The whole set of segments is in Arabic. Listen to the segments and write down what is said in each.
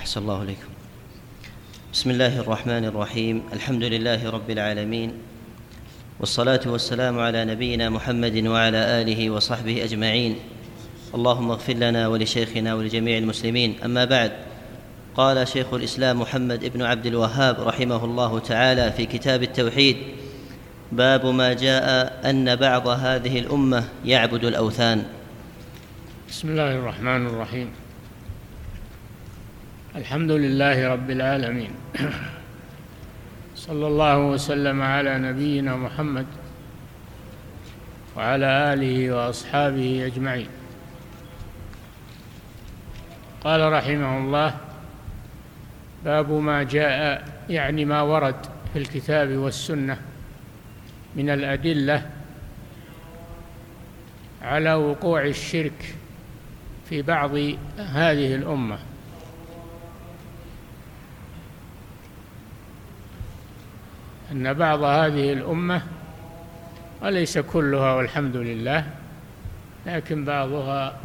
أحسن الله إليكم. بسم الله الرحمن الرحيم. الحمد لله رب العالمين، والصلاة والسلام على نبينا محمد وعلى آله وصحبه أجمعين. اللهم اغفر لنا ولشيخنا ولجميع المسلمين. أما بعد، قال شيخ الإسلام محمد بن عبد الوهاب رحمه الله تعالى في كتاب التوحيد: باب ما جاء أن بعض هذه الأمة يعبد الأوثان. بسم الله الرحمن الرحيم. الحمد لله رب العالمين، صلى الله وسلم على نبينا محمد وعلى آله وأصحابه أجمعين. قال رحمه الله: باب ما جاء، يعني ما ورد في الكتاب والسنة من الأدلة على وقوع الشرك في بعض هذه الأمة. أن بعض هذه الأمة، وليس كلها والحمد لله، لكن بعضها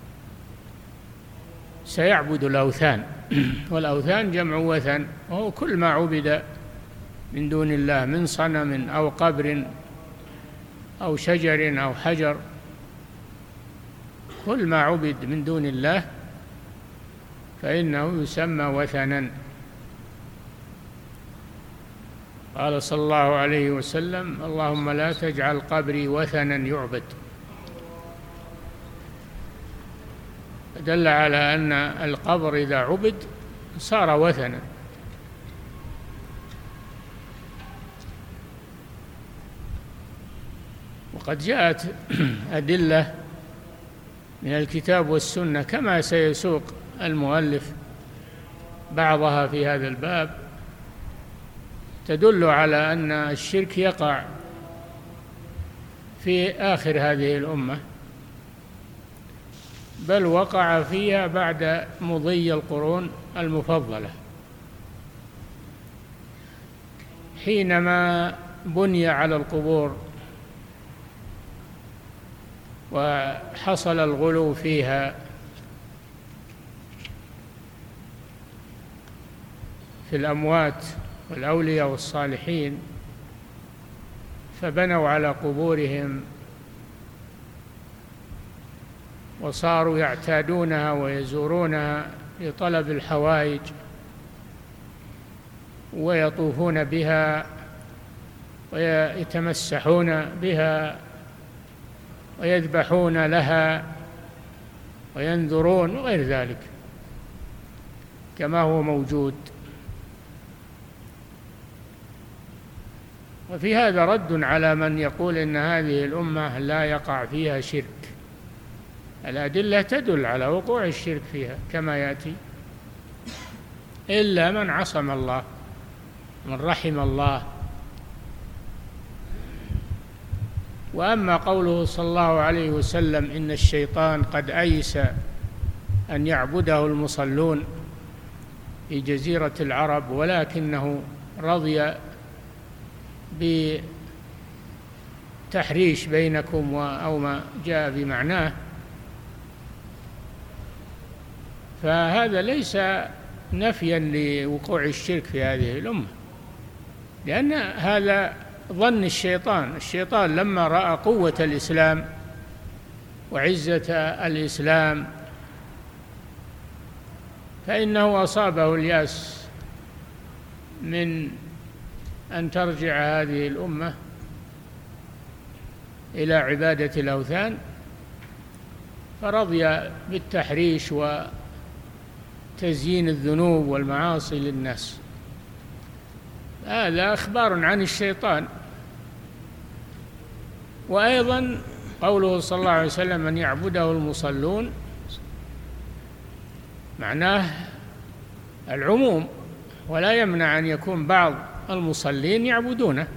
سيعبد الأوثان. والأوثان جمع وثن، وهو كل ما عبد من دون الله من صنم أو قبر أو شجر أو حجر، كل ما عبد من دون الله فإنه يسمى وثنا. قال صلى الله عليه وسلم: اللهم لا تجعل قبري وثنا يعبد. دل على أن القبر إذا عبد صار وثنا. وقد جاءت أدلة من الكتاب والسنة كما سيسوق المؤلف بعضها في هذا الباب، تدل على أن الشرك يقع في آخر هذه الأمة، بل وقع فيها بعد مضي القرون المفضلة، حينما بني على القبور وحصل الغلو فيها في الأموات والأولياء والصالحين، فبنوا على قبورهم وصاروا يعتادونها ويزورونها لطلب الحوائج، ويطوفون بها ويتمسحون بها ويذبحون لها وينذرون وغير ذلك كما هو موجود. وفي هذا رد على من يقول إن هذه الأمة لا يقع فيها شرك. الأدلة تدل على وقوع الشرك فيها كما يأتي، إلا من عصم الله، من رحم الله. وأما قوله صلى الله عليه وسلم: إن الشيطان قد أيس أن يعبده المصلون في جزيرة العرب، ولكنه رضي بتحريش بينكم أو ما جاء بمعناه، فهذا ليس نفيا لوقوع الشرك في هذه الأمة، لأن هذا ظن الشيطان. الشيطان لما رأى قوة الإسلام وعزة الإسلام فإنه أصابه اليأس من أن ترجع هذه الأمة إلى عبادة الأوثان، فرضي بالتحريش وتزيين الذنوب والمعاصي للناس. هذا أخبار عن الشيطان. وأيضا قوله صلى الله عليه وسلم: أن يعبده المصلون، معناه العموم، ولا يمنع أن يكون بعض المصلين يعبدونه.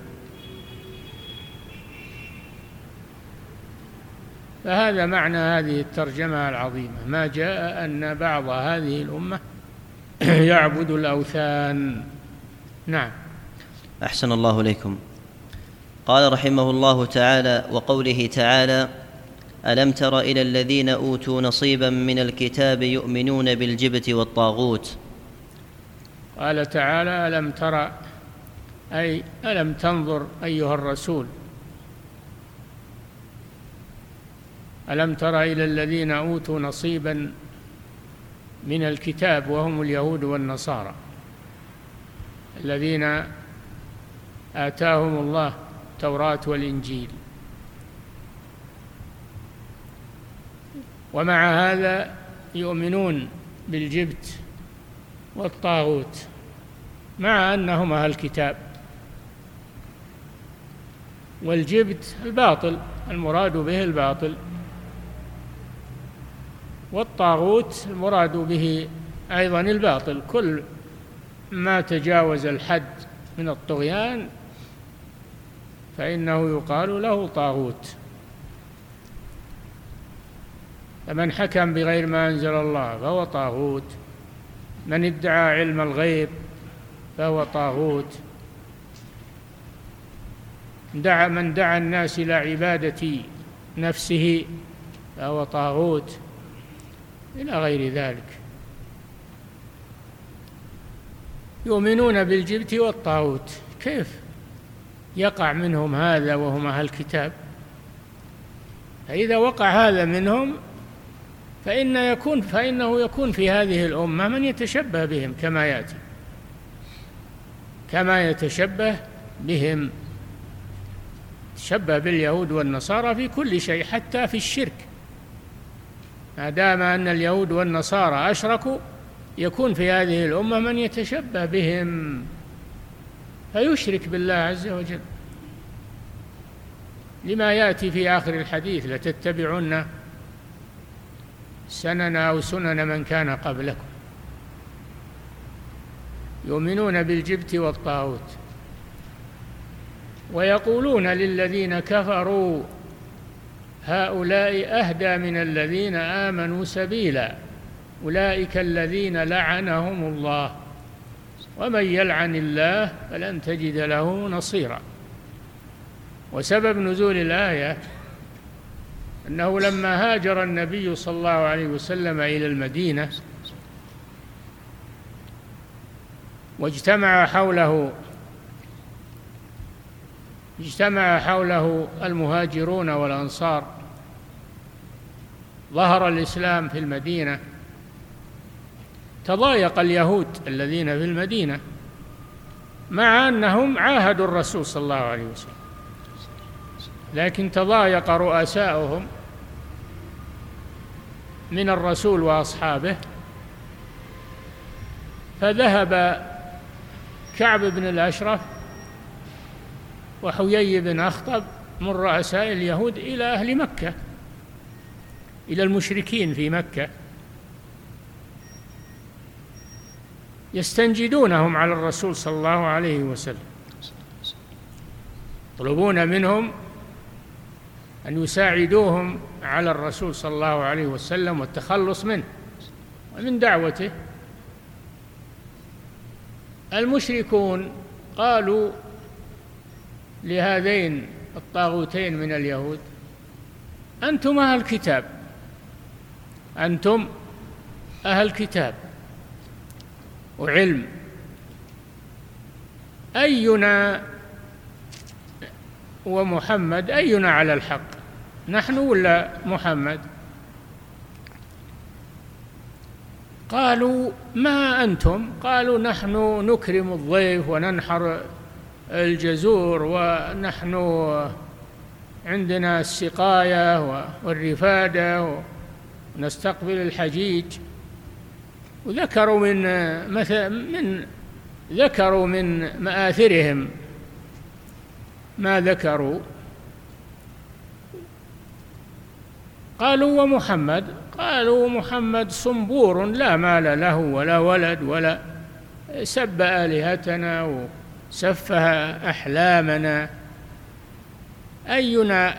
فهذا معنى هذه الترجمة العظيمة: ما جاء أن بعض هذه الأمة يعبد الأوثان. نعم. أحسن الله إليكم. قال رحمه الله تعالى: وقوله تعالى: ألم تر إلى الذين أوتوا نصيبا من الكتاب يؤمنون بالجبت والطاغوت قال تعالى: ألم تر، أي ألم تنظر أيها الرسول، ألم تر إلى الذين أوتوا نصيبا من الكتاب وهم اليهود والنصارى الذين آتاهم الله التوراة والإنجيل، ومع هذا يؤمنون بالجبت والطاغوت مع أنهم أهل الكتاب. والجبت الباطل، المراد به الباطل، والطاغوت المراد به أيضا الباطل. كل ما تجاوز الحد من الطغيان فإنه يقال له طاغوت. فمن حكم بغير ما أنزل الله فهو طاغوت، من ادعى علم الغيب فهو طاغوت، من دعا الناس إلى عبادة نفسه فهو طاغوت، إلى غير ذلك. يؤمنون بالجبت والطاغوت، كيف يقع منهم هذا وهم أهل الكتاب؟ فإذا وقع هذا منهم فإنه يكون في هذه الأمة من يتشبه بهم كما يتشبه بهم، تشبه باليهود والنصارى في كل شيء، حتى في الشرك. ما دام أن اليهود والنصارى أشركوا يكون في هذه الأمة من يتشبه بهم فيشرك بالله عز وجل، لما يأتي في آخر الحديث: لتتبعن سنن أو سنن من كان قبلكم. يؤمنون بالجبت والطاغوت. ويقولون للذين كفروا: هؤلاء أهدى من الذين آمنوا سبيلا، أولئك الذين لعنهم الله، ومن يلعن الله فلن تجد له نصيرا. وسبب نزول الآية أنه لما هاجر النبي صلى الله عليه وسلم إلى المدينة واجتمع حوله المهاجرون والأنصار، ظهر الإسلام في المدينة، تضايق اليهود الذين في المدينة مع أنهم عاهدوا الرسول صلى الله عليه وسلم، لكن تضايق رؤساؤهم من الرسول وأصحابه، فذهب كعب بن الأشرف وحيي بن أخطب من رؤساء اليهود إلى أهل مكة، إلى المشركين في مكة، يستنجدونهم على الرسول صلى الله عليه وسلم، يطلبون منهم أن يساعدوهم على الرسول صلى الله عليه وسلم والتخلص منه ومن دعوته. المشركون قالوا لهذين الطاغوتين من اليهود: أنتم أهل كتاب وعلم، أينا ومحمد أينا على الحق، نحن ولا محمد؟ قالوا: ما أنتم؟ قالوا: نحن نكرم الضيف وننحر الجزور، ونحن عندنا السقاية والرفادة ونستقبل الحجيج. وذكروا ذكروا من مآثرهم ما ذكروا. قالوا: ومحمد؟ قالوا: محمد صنبور لا مال له ولا ولد، ولا سب آلهتنا وسفه أحلامنا، أينا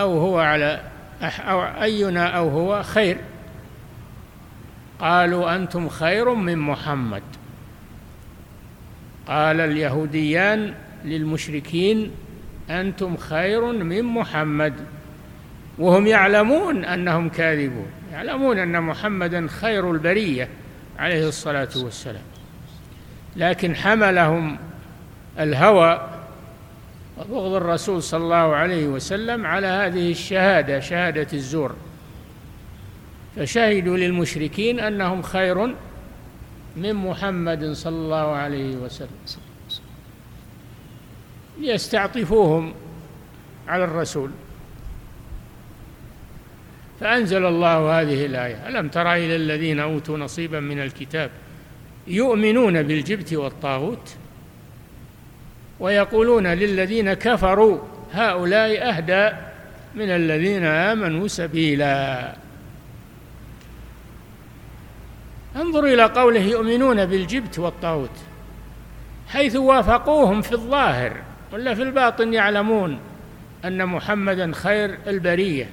أو هو خير؟ قالوا: أنتم خير من محمد. قال اليهوديان للمشركين: أنتم خير من محمد، وهم يعلمون أنهم كاذبون، يعلمون أن محمدا خير البرية عليه الصلاة والسلام. لكن حملهم الهوى وبغض الرسول صلى الله عليه وسلم على هذه الشهادة، شهادة الزور، فشهدوا للمشركين أنهم خير من محمد صلى الله عليه وسلم ليستعطفوهم على الرسول. فأنزل الله هذه الآية: ألم تر إلى الذين أوتوا نصيبا من الكتاب يؤمنون بالجبت والطاغوت ويقولون للذين كفروا هؤلاء أهدى من الذين آمنوا سبيلا. انظر إلى قوله يؤمنون بالجبت والطاغوت، حيث وافقوهم في الظاهر، ولا في الباطن يعلمون أن محمدا خير البرية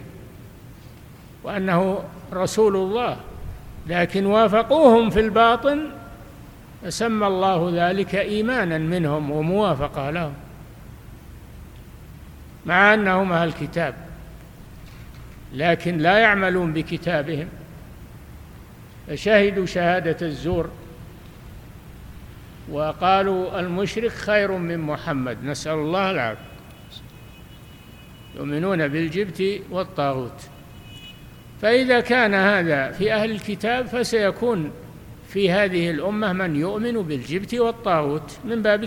وأنه رسول الله، لكن وافقوهم في الباطن فسمى الله ذلك إيمانا منهم وموافقة لهم، مع أنهم أهل الكتاب لكن لا يعملون بكتابهم، فشهدوا شهادة الزور وقالوا المشرك خير من محمد، نسأل الله العافية. يؤمنون بالجبت والطاغوت. فإذا كان هذا في أهل الكتاب فسيكون في هذه الأمة من يؤمن بالجبت والطاغوت من باب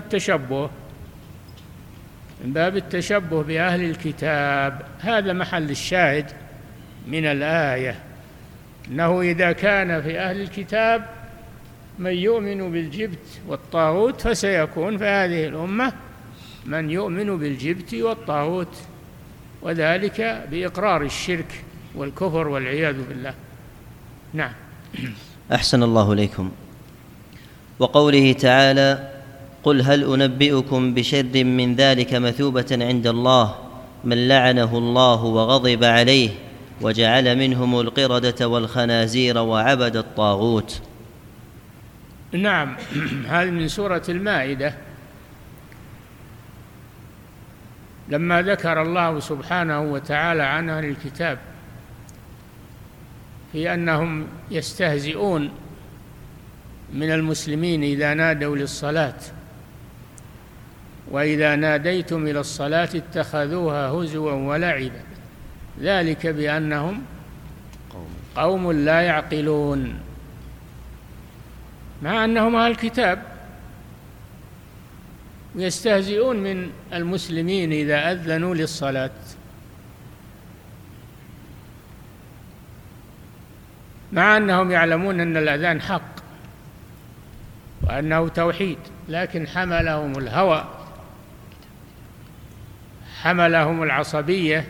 التشبه بأهل الكتاب. هذا محل الشاهد من الآية، أنه إذا كان في أهل الكتاب من يؤمن بالجبت والطاغوت فسيكون في هذه الأمة من يؤمن بالجبت والطاغوت، وذلك بإقرار الشرك والكفر والعياذ بالله. نعم. أحسن الله إليكم. وقوله تعالى: قل هل أنبئكم بشر من ذلك مثوبة عند الله من لعنه الله وغضب عليه وجعل منهم القردة والخنازير وعبد الطاغوت. نعم، هذه من سورة المائدة، لما ذكر الله سبحانه وتعالى عن أهل الكتاب في أنهم يستهزئون من المسلمين إذا نادوا للصلاة، وإذا ناديتم إلى الصلاة اتخذوها هزوا ولعبا، ذلك بأنهم قوم لا يعقلون، مع أنهم أهل الكتاب يستهزئون من المسلمين إذا أذنوا للصلاة. مع أنهم يعلمون أن الأذان حق وأنه توحيد، لكن حملهم الهوى، حملهم العصبية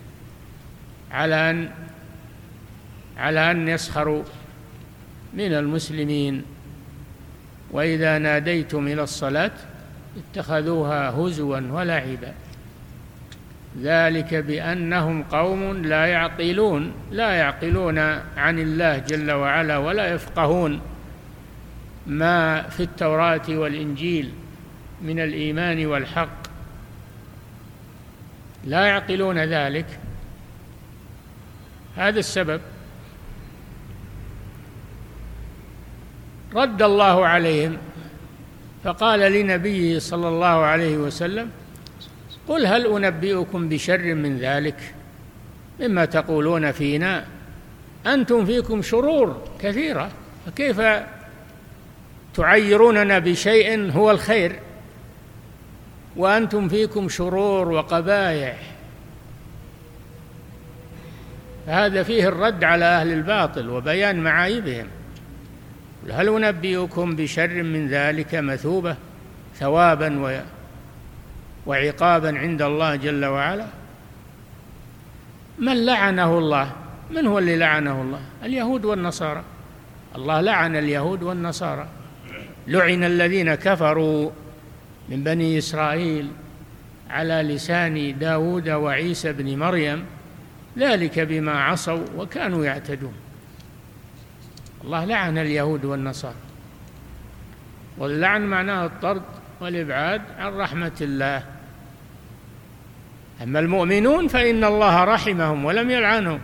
على أن يسخروا من المسلمين. وإذا ناديتم إلى الصلاة اتخذوها هزوا ولعبا، ذلك بأنهم قوم لا يعقلون عن الله جل وعلا، ولا يفقهون ما في التوراة والإنجيل من الإيمان والحق، لا يعقلون ذلك. هذا السبب رد الله عليهم فقال لنبيه صلى الله عليه وسلم: قل هل أنبئكم بشر من ذلك مما تقولون فينا أنتم فيكم شرور كثيرة، فكيف تعيروننا بشيء هو الخير وأنتم فيكم شرور وقبائح؟ هذا فيه الرد على أهل الباطل وبيان معايبهم. هل أنبئكم بشر من ذلك مثوبة، ثوابا وعقابا عند الله جل وعلا؟ من لعنه الله. من هو اللي لعنه الله؟ اليهود والنصارى. الله لعن اليهود والنصارى، لعن الذين كفروا من بني إسرائيل على لسان داود وعيسى بن مريم، ذلك بما عصوا وكانوا يعتدون. الله لعن اليهود والنصارى، واللعن معناه الطرد والإبعاد عن رحمة الله. أما المؤمنون فإن الله رحمهم ولم يلعنهم.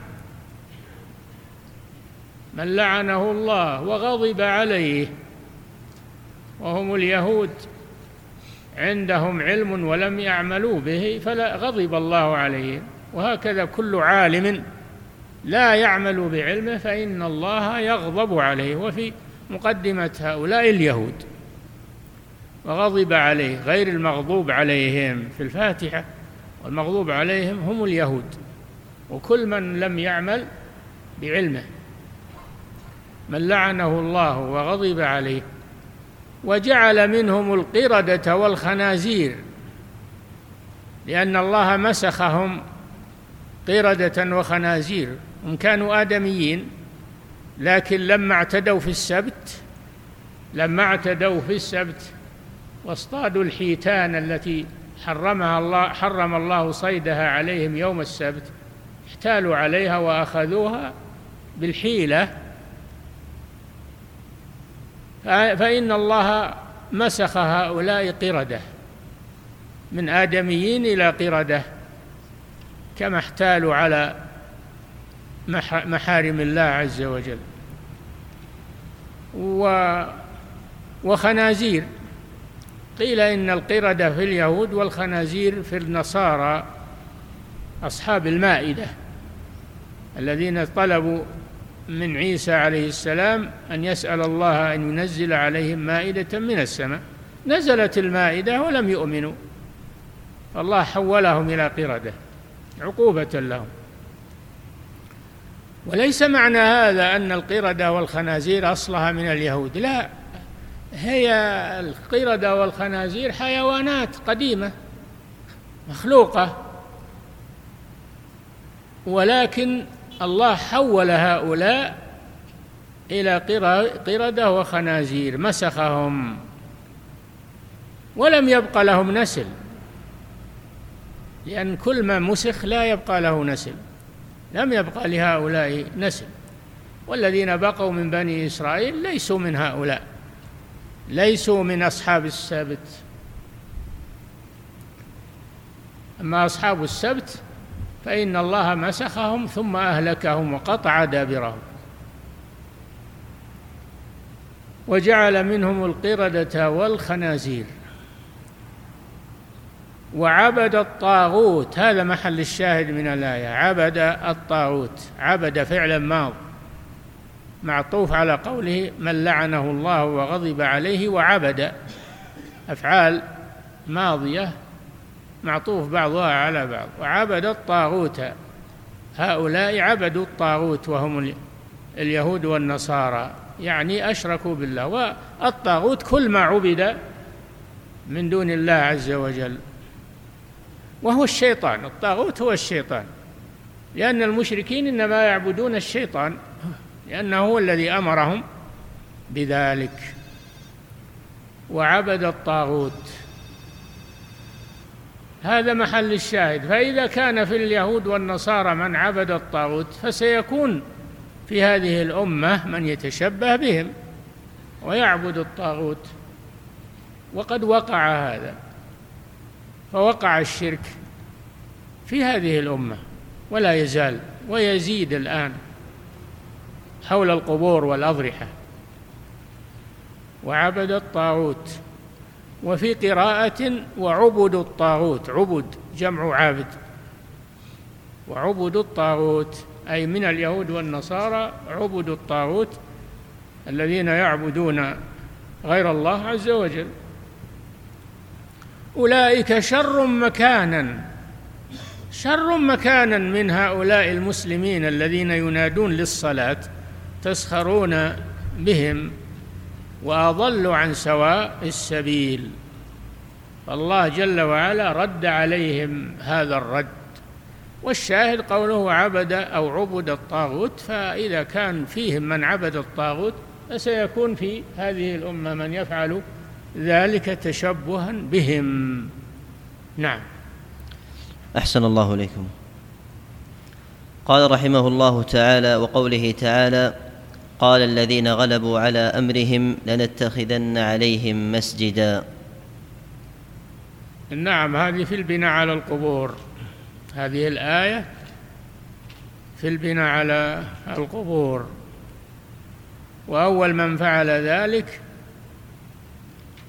من لعنه الله وغضب عليه وهم اليهود عندهم علم ولم يعملوا به فلا غضب الله عليهم. وهكذا كل عالم لا يعمل بعلمه فإن الله يغضب عليه. وفي مقدمة هؤلاء اليهود وغضب عليه غير المغضوب عليهم في الفاتحة، والمغضوب عليهم هم اليهود وكل من لم يعمل بعلمه، من لعنه الله وغضب عليه. وجعل منهم القردة والخنازير، لأن الله مسخهم قردة وخنازير. هم كانوا آدميين، لكن لما اعتدوا في السبت واصطادوا الحيتان التي حرم الله صيدها عليهم يوم السبت، احتالوا عليها وأخذوها بالحيلة، فإن الله مسخ هؤلاء قردة، من آدميين إلى قردة، كما احتالوا على محارم الله عز وجل. وخنازير، قيل إن القردة في اليهود والخنازير في النصارى أصحاب المائدة الذين طلبوا من عيسى عليه السلام أن يسأل الله أن ينزل عليهم مائدة من السماء، نزلت المائدة ولم يؤمنوا، فالله حولهم إلى قردة عقوبة لهم. وليس معنى هذا أن القردة والخنازير أصلها من اليهود، لا، هي القردة والخنازير حيوانات قديمة مخلوقة، ولكن الله حول هؤلاء إلى قردة وخنازير، مسخهم ولم يبق لهم نسل، لأن كل ما مسخ لا يبقى له نسل، لم يبقى لهؤلاء نسل. والذين بقوا من بني إسرائيل ليسوا من هؤلاء، ليسوا من أصحاب السبت. أما أصحاب السبت فإن الله مسخهم ثم أهلكهم وقطع دابرهم. وجعل منهم القردة والخنازير وعبد الطاغوت، هذا محل الشاهد من الآية، عبد الطاغوت، عبد فعل ماض معطوف على قوله من لعنه الله وغضب عليه، وعبد أفعال ماضية معطوف بعضها على بعض. وعبد الطاغوت، هؤلاء عبدوا الطاغوت وهم اليهود والنصارى، يعني أشركوا بالله. والطاغوت كل ما عبد من دون الله عز وجل، وهو الشيطان. الطاغوت هو الشيطان، لأن المشركين إنما يعبدون الشيطان، لأنه هو الذي أمرهم بذلك. وعبد الطاغوت، هذا محل الشاهد. فإذا كان في اليهود والنصارى من عبد الطاغوت، فسيكون في هذه الأمة من يتشبه بهم ويعبد الطاغوت. وقد وقع هذا، فوقع الشرك في هذه الأمة ولا يزال ويزيد الآن حول القبور والأضرحة. وعبد الطاغوت. وفي قراءة وعبد الطاغوت، عبد جمع عابد، وعبد الطاغوت أي من اليهود والنصارى عبد الطاغوت الذين يعبدون غير الله عز وجل. أولئك شر مكانا من هؤلاء المسلمين الذين ينادون للصلاة تسخرون بهم، وأضل عن سواء السبيل. فالله جل وعلا رد عليهم هذا الرد. والشاهد قوله عبد أو عبد الطاغوت، فإذا كان فيهم من عبد الطاغوت فسيكون في هذه الأمة من يفعل ذلك تشبها بهم. نعم. أحسن الله إليكم. قال رحمه الله تعالى: وقوله تعالى: قال الذين غلبوا على أمرهم لنتخذن عليهم مسجدا. نعم، هذه في البناء على القبور، هذه الآية في البناء على القبور. وأول من فعل ذلك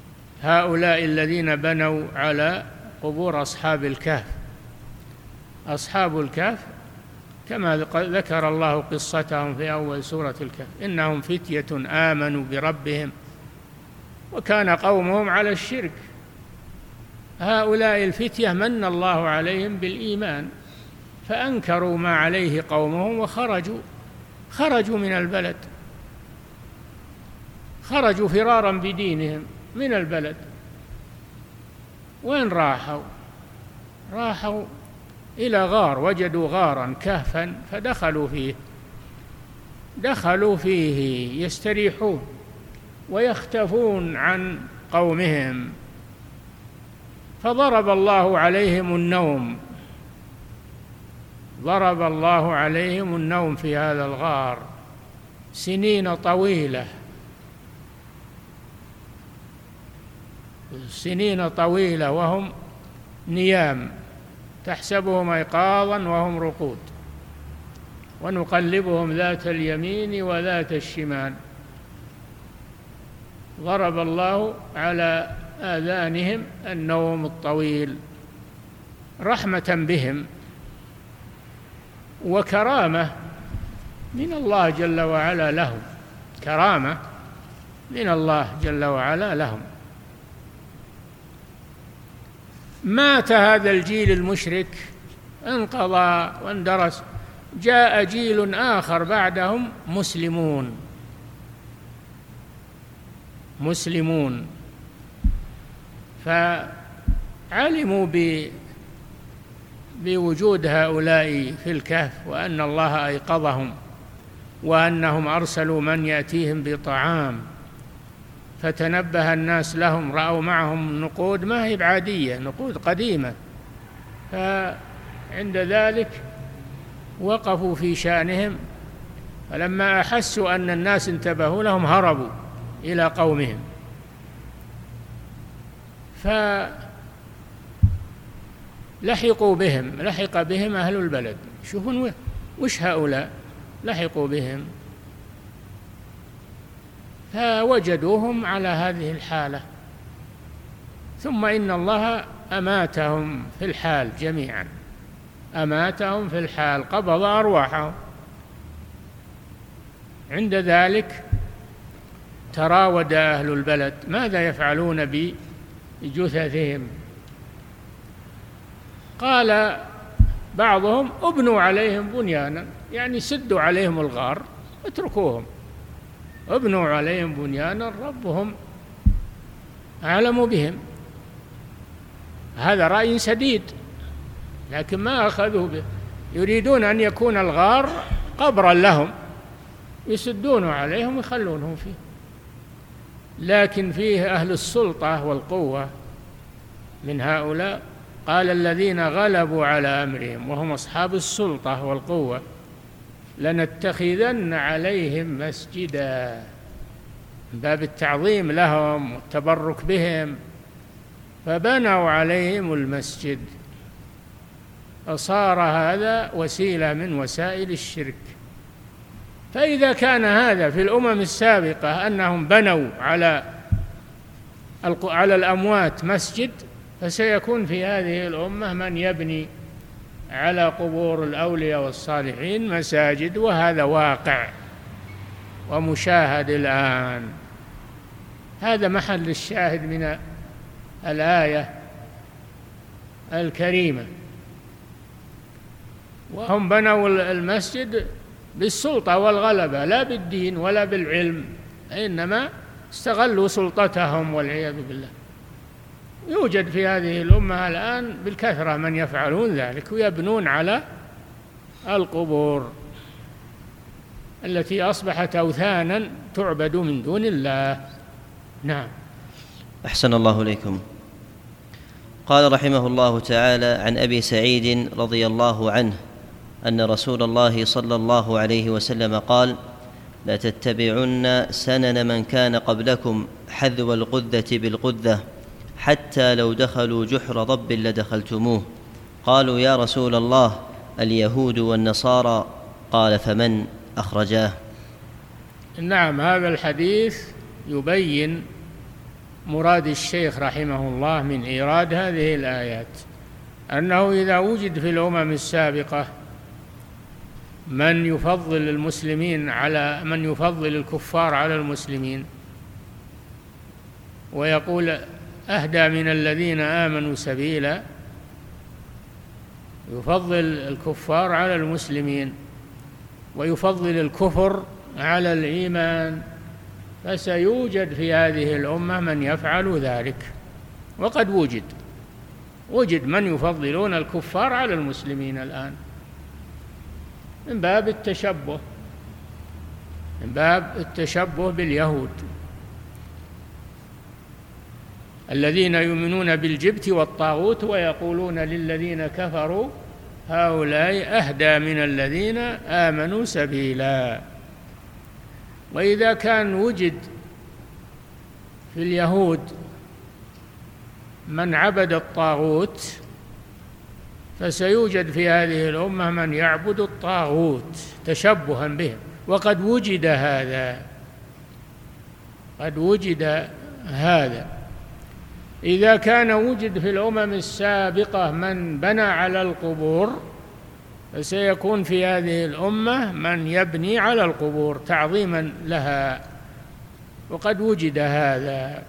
هؤلاء الذين بنوا على قبور أصحاب الكهف. أصحاب الكهف كما ذكر الله قصتهم في أول سورة الكهف: إنهم فتية آمنوا بربهم وكان قومهم على الشرك. هؤلاء الفتية من الله عليهم بالإيمان فأنكروا ما عليه قومهم وخرجوا من البلد، خرجوا فرارا بدينهم من البلد. وين راحوا إلى غار، وجدوا غارا كهفا دخلوا فيه يستريحون ويختفون عن قومهم. فضرب الله عليهم النوم في هذا الغار سنين طويلة وهم نيام، تحسبهم أيقاظا وهم رقود، ونقلبهم ذات اليمين وذات الشمال. ضرب الله على آذانهم النوم الطويل رحمة بهم وكرامة من الله جل وعلا لهم، كرامة من الله جل وعلا لهم. مات هذا الجيل المشرك، انقضى واندرس، جاء جيل آخر بعدهم مسلمون فعلموا بوجود هؤلاء في الكهف وأن الله أيقظهم وأنهم أرسلوا من يأتيهم بطعام، فتنبه الناس لهم، رأوا معهم نقود ما هي بعادية، نقود قديمة، فعند ذلك وقفوا في شأنهم، فلما أحسوا أن الناس انتبهوا لهم هربوا إلى قومهم. لحق بهم أهل البلد، شوفوا وش هؤلاء، لحقوا بهم فوجدوهم على هذه الحالة، ثم إن الله أماتهم في الحال جميعا، أماتهم في الحال، قبض أرواحهم. عند ذلك تراود أهل البلد ماذا يفعلون بجثثهم. قال بعضهم: ابنوا عليهم بنيانا، يعني سدوا عليهم الغار اتركوهم، ابنوا عليهم بنيانا ربهم أعلم بهم. هذا رأي سديد، لكن ما أخذوا به، يريدون أن يكون الغار قبرا لهم، يسدون عليهم ويخلونهم فيه. لكن فيه أهل السلطة والقوة من هؤلاء، قال الذين غلبوا على أمرهم وهم أصحاب السلطة والقوة: لنتخذن عليهم مسجدا، باب التعظيم لهم والتبرك بهم، فبنوا عليهم المسجد، فصار هذا وسيلة من وسائل الشرك. فإذا كان هذا في الأمم السابقة أنهم بنوا على الأموات مسجد، فسيكون في هذه الأمة من يبني على قبور الأولياء والصالحين مساجد، وهذا واقع ومشاهد الآن. هذا محل الشاهد من الآية الكريمة. وهم بنوا المسجد بالسلطة والغلبة، لا بالدين ولا بالعلم، إنما استغلوا سلطتهم والعياذ بالله. يوجد في هذه الأمة الآن بالكثرة من يفعلون ذلك ويبنون على القبور التي أصبحت أوثانا تعبد من دون الله. نعم. أحسن الله إليكم. قال رحمه الله تعالى: عن أبي سعيد رضي الله عنه أن رسول الله صلى الله عليه وسلم قال: لا تتبعن سنن من كان قبلكم حذو القذة بالقذة، حتى لو دخلوا جحر ضب لدخلتموه. قالوا: يا رسول الله، اليهود والنصارى؟ قال: فمن؟ أخرجاه. نعم، هذا الحديث يبين مراد الشيخ رحمه الله من إيراد هذه الآيات أنه إذا وجد في الأمم السابقة من يفضل المسلمين على من يفضل الكفار على المسلمين ويقول أهدى من الذين آمنوا سبيلا، يفضل الكفار على المسلمين ويفضل الكفر على الإيمان، فسيوجد في هذه الأمة من يفعل ذلك، وقد وجد من يفضلون الكفار على المسلمين الآن من باب التشبه باليهود الذين يؤمنون بالجبت والطاغوت ويقولون للذين كفروا هؤلاء أهدى من الذين آمنوا سبيلا. وإذا كان وجد في اليهود من عبد الطاغوت فسيوجد في هذه الأمة من يعبد الطاغوت تشبها بهم، وقد وجد هذا. إذا كان وجد في الأمم السابقة من بنى على القبور فسيكون في هذه الأمة من يبني على القبور تعظيما لها، وقد وجد هذا.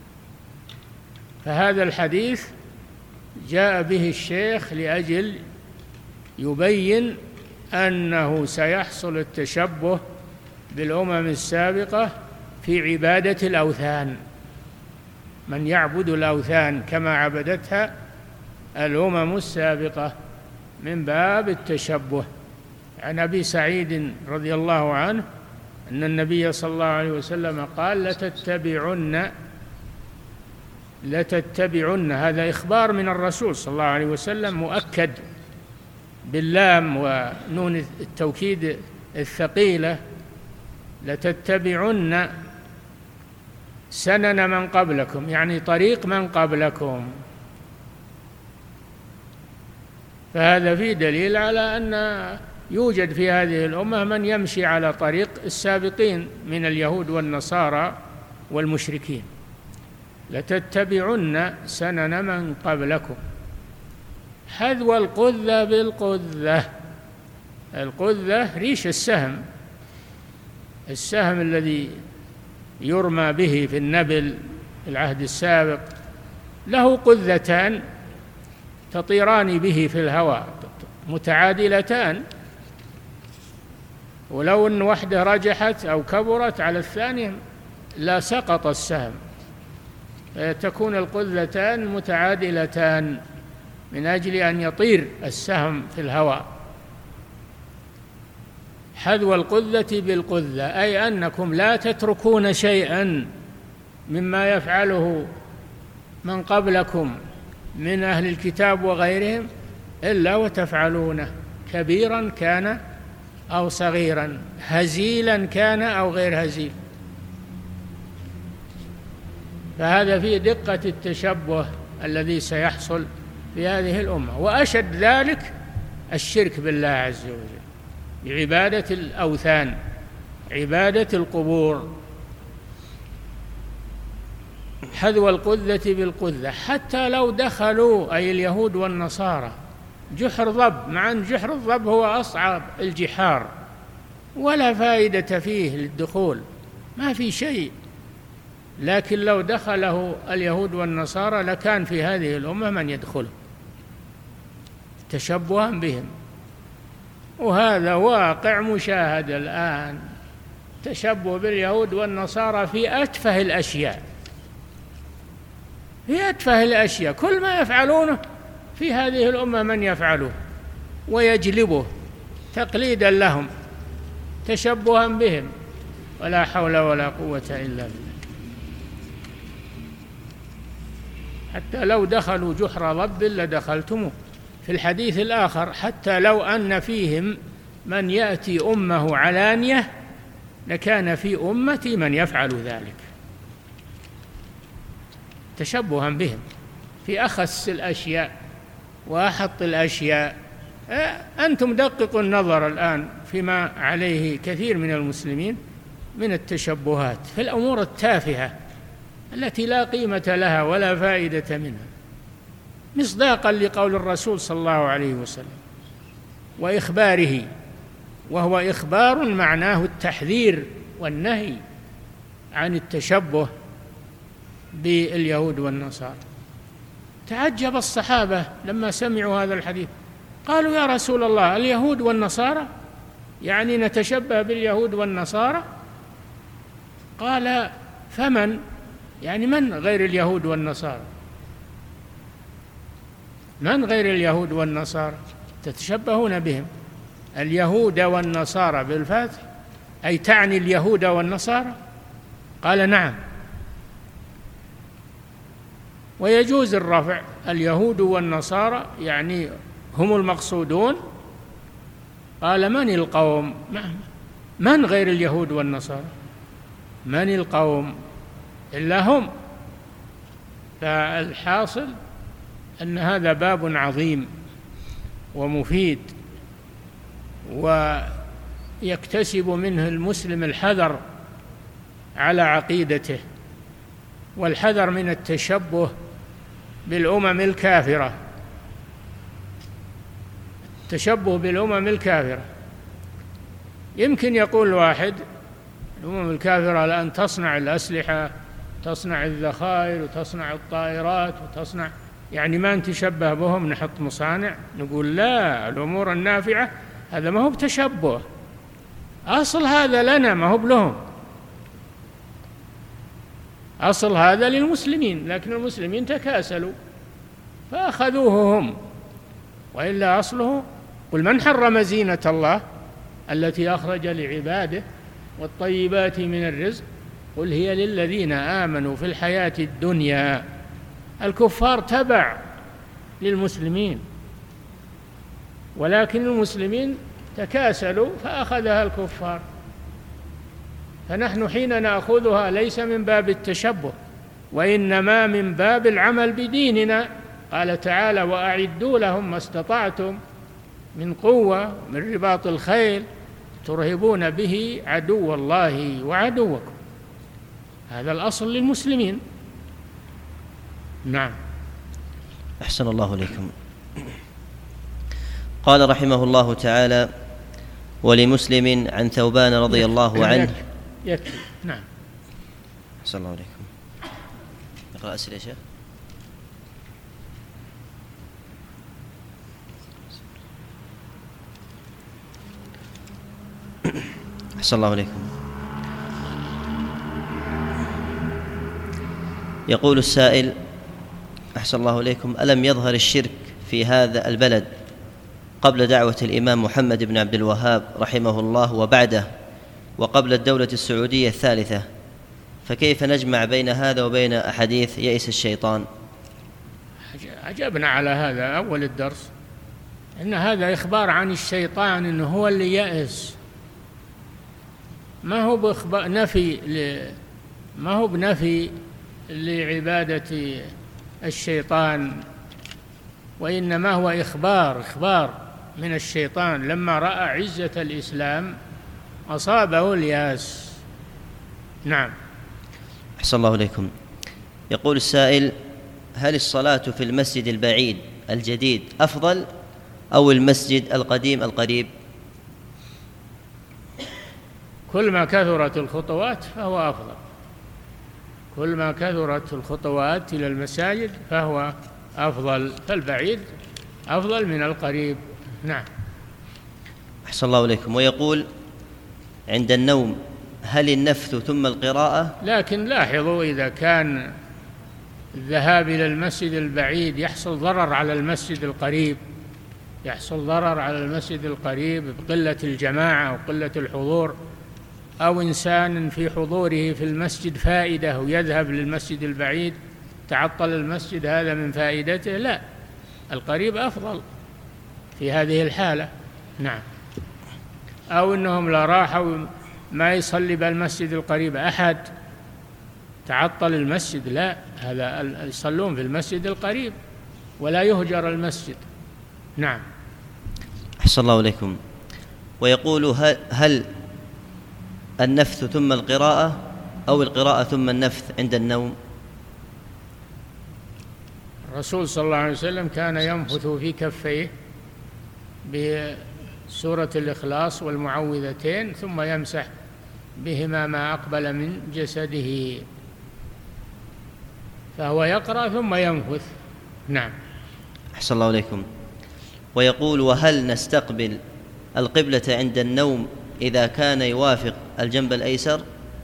فهذا الحديث جاء به الشيخ لأجل يبين أنه سيحصل التشبه بالأمم السابقة في عبادة الأوثان، من يعبد الأوثان كما عبدتها الأمم السابقة من باب التشبه. عن أبي سعيد رضي الله عنه أن النبي صلى الله عليه وسلم قال لتتبعن، هذا إخبار من الرسول صلى الله عليه وسلم مؤكد باللام ونون التوكيد الثقيلة، لتتبعن سنن من قبلكم، يعني طريق من قبلكم. فهذا فيه دليل على أن يوجد في هذه الأمة من يمشي على طريق السابقين من اليهود والنصارى والمشركين. لتتبعن سنن من قبلكم حذو القذة بالقذة. القذة ريش السهم الذي يرمى به في النبل في العهد السابق، له قذتان تطيران به في الهواء متعادلتان، ولو أن واحدة رجحت أو كبرت على الثانية لا سقط السهم، تكون القذتان متعادلتان من أجل أن يطير السهم في الهواء. حذو القذة بالقذة أي أنكم لا تتركون شيئا مما يفعله من قبلكم من أهل الكتاب وغيرهم إلا وتفعلونه، كبيرا كان أو صغيرا، هزيلا كان أو غير هزيل. فهذا فيه دقة التشبه الذي سيحصل في هذه الأمة. وأشد ذلك الشرك بالله عز وجل بعبادة الأوثان، عبادة القبور. حذو القذة بالقذة، حتى لو دخلوا أي اليهود والنصارى جحر ضب، مع أن جحر الضب هو أصعب الجحار ولا فائدة فيه للدخول، ما في شيء، لكن لو دخله اليهود والنصارى لكان في هذه الأمة من يدخله تشبها بهم. وهذا واقع مشاهد الآن، تشبه باليهود والنصارى في أتفه الأشياء، كل ما يفعلونه في هذه الأمة من يفعله ويجلبه تقليدا لهم تشبها بهم، ولا حول ولا قوة إلا بالله. حتى لو دخلوا جحر ضب لدخلتموه. في الحديث الآخر حتى لو أن فيهم من يأتي أمه علانية لكان في أمتي من يفعل ذلك تشبها بهم في أخس الأشياء وأحط الأشياء. أنتم دققوا النظر الآن فيما عليه كثير من المسلمين من التشبهات في الأمور التافهة التي لا قيمة لها ولا فائدة منها، مصداقا لقول الرسول صلى الله عليه وسلم وإخباره، وهو إخبار معناه التحذير والنهي عن التشبه باليهود والنصارى. تعجب الصحابة لما سمعوا هذا الحديث، قالوا يا رسول الله اليهود والنصارى، يعني نتشبه باليهود والنصارى؟ قال فمن؟ يعني من غير اليهود والنصارى؟ من غير اليهود والنصارى تتشبهون بهم؟ اليهود والنصارى بالفتح، أي تعني اليهود والنصارى؟ قال نعم. ويجوز الرفع، اليهود والنصارى يعني هم المقصودون. قال من القوم؟ من غير اليهود والنصارى؟ من القوم إلا هم. فالحاصل أن هذا باب عظيم ومفيد، ويكتسب منه المسلم الحذر على عقيدته، والحذر من التشبه بالأمم الكافرة. التشبه بالأمم الكافرة، يمكن يقول واحد الأمم الكافرة الآن تصنع الأسلحة، تصنع الذخائر، وتصنع الطائرات، وتصنع، يعني ما نتشبه بهم، نحط مصانع؟ نقول لا، الأمور النافعة هذا ما هو بتشبه، أصل هذا لنا ما هو بلهم، أصل هذا للمسلمين، لكن المسلمين تكاسلوا فأخذوه هم، وإلا أصله قل من حرم زينة الله التي أخرج لعباده والطيبات من الرزق قل هي للذين آمنوا في الحياة الدنيا. الكفار تبع للمسلمين، ولكن المسلمين تكاسلوا فأخذها الكفار. فنحن حين نأخذها ليس من باب التشبه، وإنما من باب العمل بديننا. قال تعالى وأعدوا لهم ما استطعتم من قوة من رباط الخيل ترهبون به عدو الله وعدوكم. هذا الأصل للمسلمين. نعم. أحسن الله إليكم. قال رحمه الله تعالى ولمسلم عن ثوبان رضي الله عنه. يكفي. نعم. أحسن الله إليكم. نقرأ أسئلة يا شيخ. أحسن الله إليكم. يقول السائل أحسن الله إليكم: ألم يظهر الشرك في هذا البلد قبل دعوة الإمام محمد بن عبد الوهاب رحمه الله وبعده وقبل الدولة السعودية الثالثة، فكيف نجمع بين هذا وبين أحاديث يئس الشيطان؟ عجبنا على هذا أول الدرس، إن هذا إخبار عن الشيطان إنه هو اللي يئس، ما هو بنفي لعبادة الشيطان، وإنما هو إخبار من الشيطان لما رأى عزة الإسلام أصابه الياس. نعم. أحسن الله إليكم. يقول السائل: هل الصلاة في المسجد البعيد الجديد أفضل أو المسجد القديم القريب؟ كل ما كثرت الخطوات فهو أفضل، كل ما كثرت الخطوات إلى المساجد فهو أفضل، فالبعيد أفضل من القريب. نعم. أحسن الله إليكم. ويقول: عند النوم هل النفث ثم القراءة؟ لكن لاحظوا إذا كان الذهاب إلى المسجد البعيد يحصل ضرر على المسجد القريب، يحصل ضرر على المسجد القريب بقلة الجماعة وقلة الحضور، أو إنسان في حضوره في المسجد فائدة ويذهب للمسجد البعيد تعطل المسجد، هذا من فائدته، لا، القريب أفضل في هذه الحالة. نعم. أو إنهم لا راحوا ما يصلي بالمسجد القريب أحد تعطل المسجد، لا، هذا يصلون في المسجد القريب ولا يهجر المسجد. نعم. أحسن الله إليكم. ويقول: هل النفث ثم القراءة أو القراءة ثم النفث عند النوم؟ الرسول صلى الله عليه وسلم كان ينفث في كفيه بسورة الإخلاص والمعوذتين ثم يمسح بهما ما أقبل من جسده، فهو يقرأ ثم ينفث. نعم. أحسن الله إليكم. ويقول: وهل نستقبل القبلة عند النوم إذا كان يوافق الجنب الأيسر؟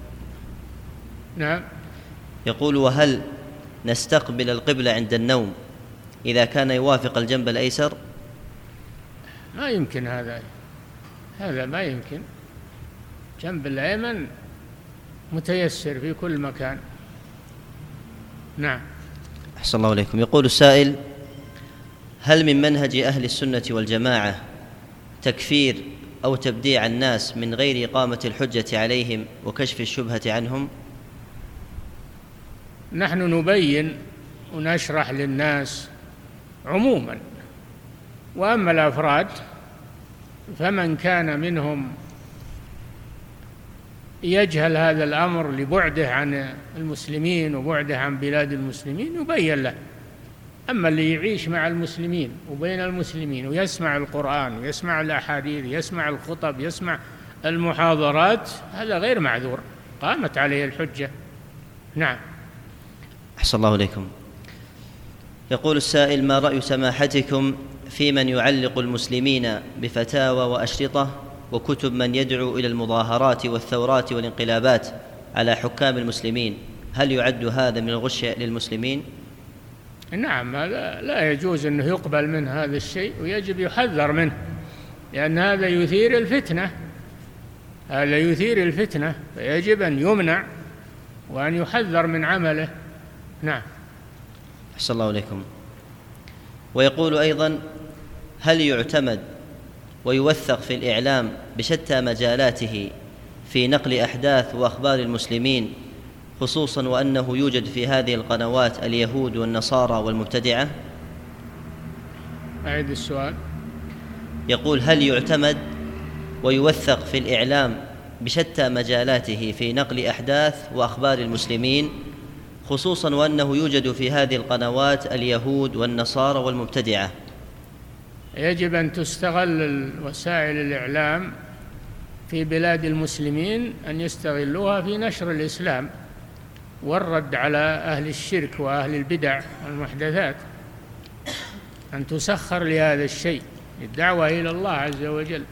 نعم. يقول: وهل نستقبل القبلة عند النوم إذا كان يوافق الجنب الأيسر؟ ما يمكن، هذا ما يمكن. جنب الأيمن متيسر في كل مكان. نعم. أحسن الله إليكم. يقول السائل: هل من منهج أهل السنة والجماعة تكفير أو تبديع الناس من غير إقامة الحجة عليهم وكشف الشبهة عنهم؟ نحن نبين ونشرح للناس عموما، وأما الأفراد فمن كان منهم يجهل هذا الأمر لبعده عن المسلمين وبعده عن بلاد المسلمين يبين له. أما اللي يعيش مع المسلمين وبين المسلمين ويسمع القرآن ويسمع الأحاديث، يسمع الخطب، يسمع المحاضرات، هذا غير معذور، قامت عليه الحجة. نعم. أحسن الله إليكم. يقول السائل: ما رأي سماحتكم في من يعلق المسلمين بفتاوى وأشرطة وكتب من يدعو إلى المظاهرات والثورات والانقلابات على حكام المسلمين؟ هل يعد هذا من الغش للمسلمين؟ نعم، لا يجوز أنه يقبل من هذا الشيء، ويجب يحذر منه، لأن هذا يثير الفتنة، فيجب أن يمنع وأن يحذر من عمله. نعم. أحسن الله إليكم. ويقول أيضا: هل يعتمد ويوثق في الإعلام بشتى مجالاته في نقل أحداث وأخبار المسلمين، خصوصا وأنه يوجد في هذه القنوات اليهود والنصارى والمبتدعة؟ أعيد السؤال. يقول: هل يعتمد ويوثق في الإعلام بشتى مجالاته في نقل أحداث وأخبار المسلمين، خصوصا وأنه يوجد في هذه القنوات اليهود والنصارى والمبتدعة؟ يجب أن تستغل وسائل الإعلام في بلاد المسلمين، أن يستغلوها في نشر الإسلام والرد على أهل الشرك وأهل البدع والمحدثات، أن تسخر لهذا الشيء، الدعوة إلى الله عز وجل.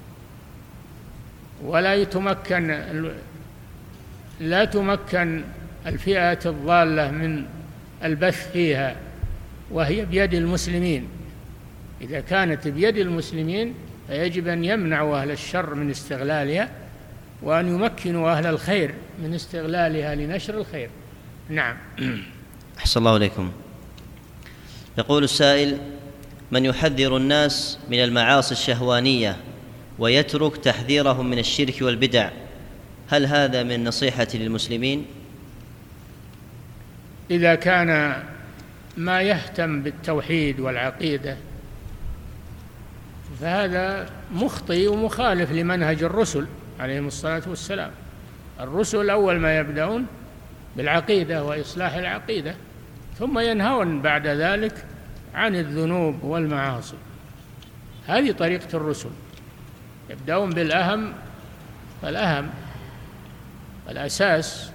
لا تمكن الفئات الضالة من البث فيها، وهي بيد المسلمين. إذا كانت بيد المسلمين فيجب أن يمنعوا أهل الشر من استغلالها، وأن يمكنوا أهل الخير من استغلالها لنشر الخير. نعم. أحسن الله إليكم. يقول السائل: من يحذر الناس من المعاصي الشهوانية ويترك تحذيرهم من الشرك والبدع، هل هذا من نصيحة للمسلمين؟ إذا كان ما يهتم بالتوحيد والعقيدة فهذا مخطئ ومخالف لمنهج الرسل عليهم الصلاة والسلام. الرسل أول ما يبدأون بالعقيدة وإصلاح العقيدة، ثم ينهون بعد ذلك عن الذنوب والمعاصي. هذه طريقة الرسل، يبدأون بالأهم فالأهم الأساس.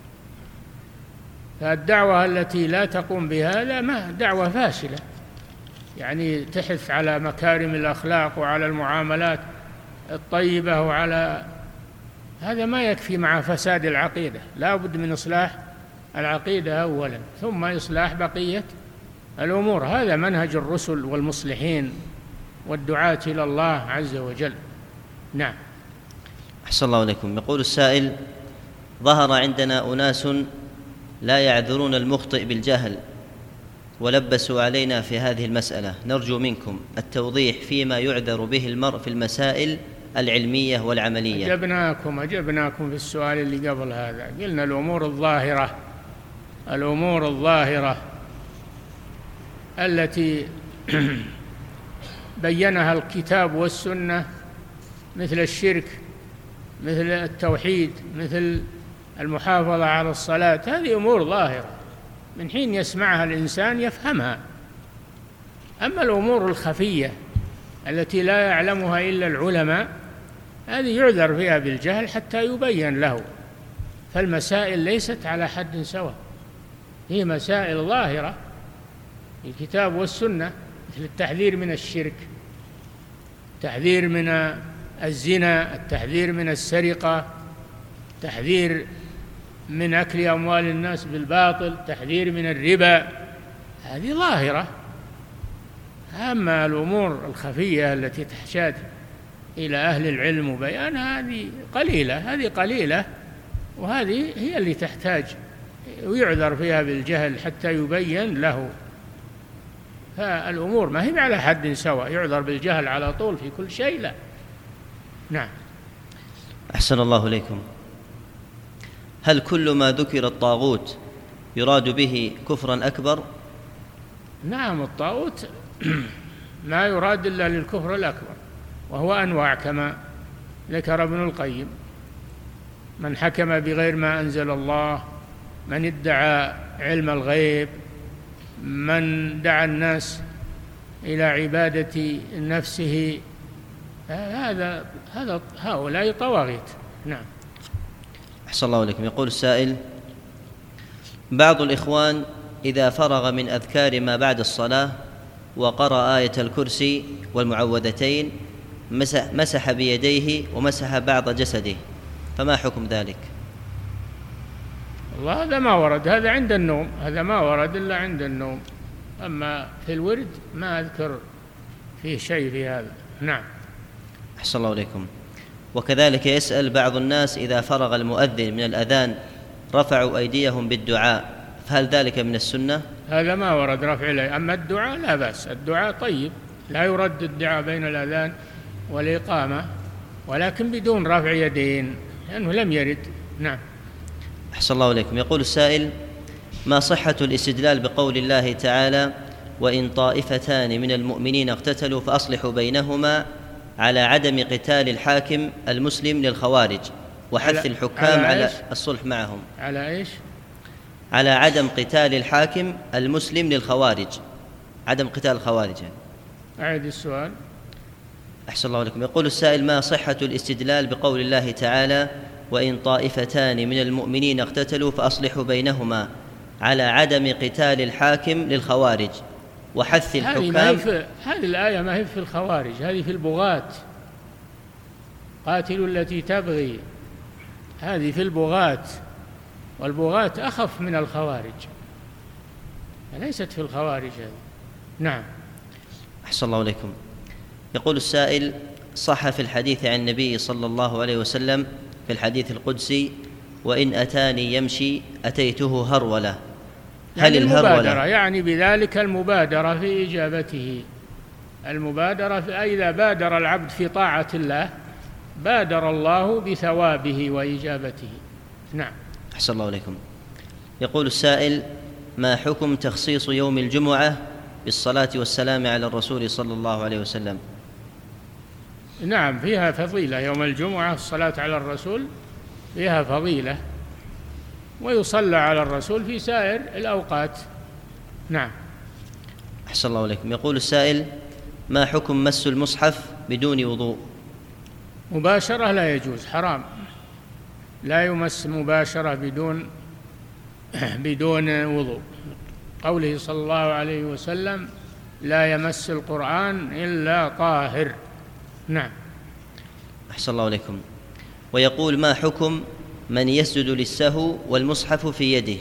فالدعوة التي لا تقوم بهذا ما دعوة فاشلة، يعني تحث على مكارم الأخلاق وعلى المعاملات الطيبة وعلى هذا ما يكفي مع فساد العقيدة. لا بد من إصلاح العقيدة أولا ثم إصلاح بقية الأمور. هذا منهج الرسل والمصلحين والدعاة إلى الله عز وجل. نعم. أحسن الله إليكم. يقول السائل: ظهر عندنا أناس لا يعذرون المخطئ بالجهل ولبسوا علينا في هذه المسألة، نرجو منكم التوضيح فيما يعذر به المرء في المسائل العلمية والعملية. أجبناكم في السؤال اللي قبل هذا، قلنا الأمور الظاهرة التي بينها الكتاب والسنة، مثل الشرك، مثل التوحيد، مثل المحافظة على الصلاة، هذه أمور ظاهرة من حين يسمعها الإنسان يفهمها. أما الأمور الخفية التي لا يعلمها إلا العلماء هذه يعذر فيها بالجهل حتى يبين له. فالمسائل ليست على حد سواء، هي مسائل ظاهرة في الكتاب والسنة، مثل التحذير من الشرك، التحذير من الزنا، التحذير من السرقة، التحذير من أكل أموال الناس بالباطل، التحذير من الربا، هذه ظاهرة. أما الأمور الخفية التي تحتاج إلى أهل العلم وبيانها هذه قليلة، وهذه هي اللي تحتاج ويعذر فيها بالجهل حتى يبين له. فالأمور ما هي على حد سواء، يعذر بالجهل على طول في كل شيء، لا. نعم. أحسن الله إليكم. هل كل ما ذكر الطاغوت يراد به كفرا أكبر؟ نعم، الطاغوت ما يراد إلا للكفر الأكبر، وهو أنواع كما ذكر ابن القيم: من حكم بغير ما أنزل الله، من ادعى علم الغيب، من دعا الناس إلى عبادة نفسه، هؤلاء طواغيت. نعم. أحسن الله إليكم. يقول السائل: بعض الإخوان إذا فرغ من أذكار ما بعد الصلاة وقرأ آية الكرسي والمعوذتين مسح بيديه ومسح بعض جسده، فما حكم ذلك؟ والله هذا ما ورد، هذا عند النوم، هذا ما ورد إلا عند النوم. أما في الورد ما أذكر فيه شيء في هذا. نعم. أحسن الله إليكم. وكذلك يسأل: بعض الناس إذا فرغ المؤذن من الأذان رفعوا أيديهم بالدعاء، فهل ذلك من السنة؟ هذا ما ورد رفع إليه. أما الدعاء لا بأس، الدعاء طيب، لا يرد الدعاء بين الأذان والإقامة، ولكن بدون رفع يدين لأنه لم يرد. نعم. أحسن الله إليكم. يقول السائل: ما صحة الاستدلال بقول الله تعالى: وإن طائفتان من المؤمنين اقتتلوا فأصلحوا بينهما، على عدم قتال الحاكم المسلم للخوارج وحث الحكام على الصلح معهم؟ على إيش؟ على عدم قتال الحاكم المسلم للخوارج، عدم قتال الخوارج يعني. أعيد السؤال. أحسن الله عليكم. يقول السائل: ما صحة الاستدلال بقول الله تعالى: وإن طائفتان من المؤمنين اقتتلوا فأصلحوا بينهما، على عدم قتال الحاكم للخوارج وحث الحكام؟ هذه الآية ما هي في الخوارج، هذه في البغاة. قاتلوا التي تبغي، هذه في البغاة، والبغاة أخف من الخوارج، ليست في الخوارج هذه. نعم. أحسن الله عليكم. يقول السائل: صح في الحديث عن النبي صلى الله عليه وسلم في الحديث القدسي: وإن أتاني يمشي أتيته هرولة. هل المبادرة يعني بذلك المبادرة في إجابته، المبادرة إذا بادر العبد في طاعة الله بادر الله بثوابه وإجابته. نعم. أحسن الله عليكم. يقول السائل: ما حكم تخصيص يوم الجمعة بالصلاة والسلام على الرسول صلى الله عليه وسلم؟ نعم، فيها فضيلة يوم الجمعة، الصلاة على الرسول فيها فضيلة، ويصلى على الرسول في سائر الأوقات. نعم. أحسن الله عليكم. يقول السائل: ما حكم مس المصحف بدون وضوء؟ مباشرة لا يجوز، حرام، لا يمس مباشرة بدون وضوء. قوله صلى الله عليه وسلم: لا يمس القرآن إلا طاهر. نعم. أحسن الله عليكم. ويقول: ما حكم من يسجد للسهو والمصحف في يده؟